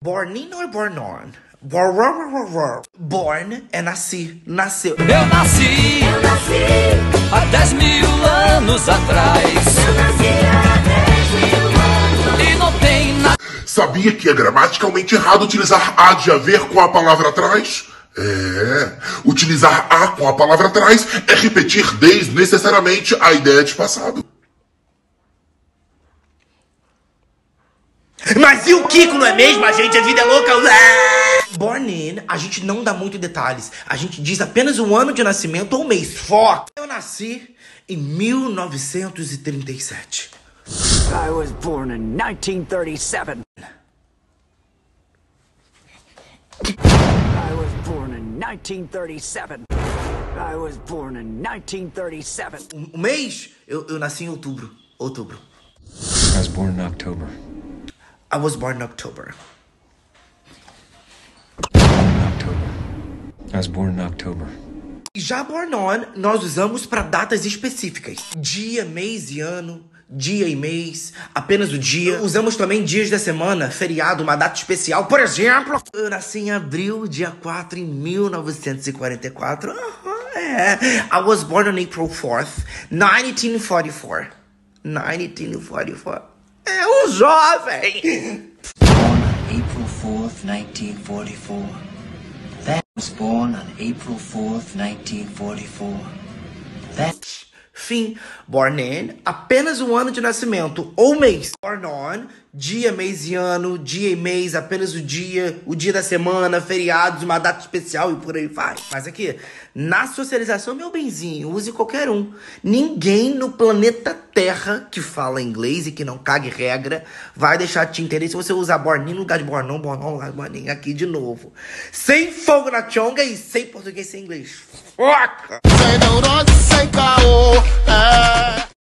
Born in or born on? Born é nasci, nasceu. Eu nasci há 10 mil anos atrás. Eu nasci há 10 mil anos. E não tem nada. Sabia que é gramaticalmente errado utilizar a de haver com a palavra atrás? Utilizar a com a palavra atrás é repetir desnecessariamente a ideia de passado. Mas e o Kiko, não é mesmo? A gente, a vida é louca. Born in, a gente não dá muito detalhes. A gente diz apenas o ano de nascimento ou mês. Foca. Eu nasci em 1937. I was born in 1937. I was born in 1937. I was born in 1937. O mês? Eu nasci em outubro. Outubro. I was born in October. I was born in October. I was born in October. Já born on, nós usamos para datas específicas. Dia, mês e ano. Dia e mês, apenas o dia. Usamos também dias da semana, feriado, uma data especial. Por exemplo, eu nasci em abril, dia 4, em 1944. I was born on April 4th, 1944. 1944. É um jovem! Born on April 4th, 1944. That was born on April 4th, 1944. That... Fim. Born in, apenas o ano de nascimento ou mês. Born on, dia, mês e ano, dia e mês, apenas o dia da semana, feriados, uma data especial e por aí vai. Mas aqui, na socialização, meu benzinho, use qualquer um. Ninguém no planeta Terra que fala inglês e que não cague regra vai deixar de te entender se você usar born in no lugar de born on no lugar de born in. Aqui de novo. Sem fogo na chonga e sem português, sem inglês. Foca!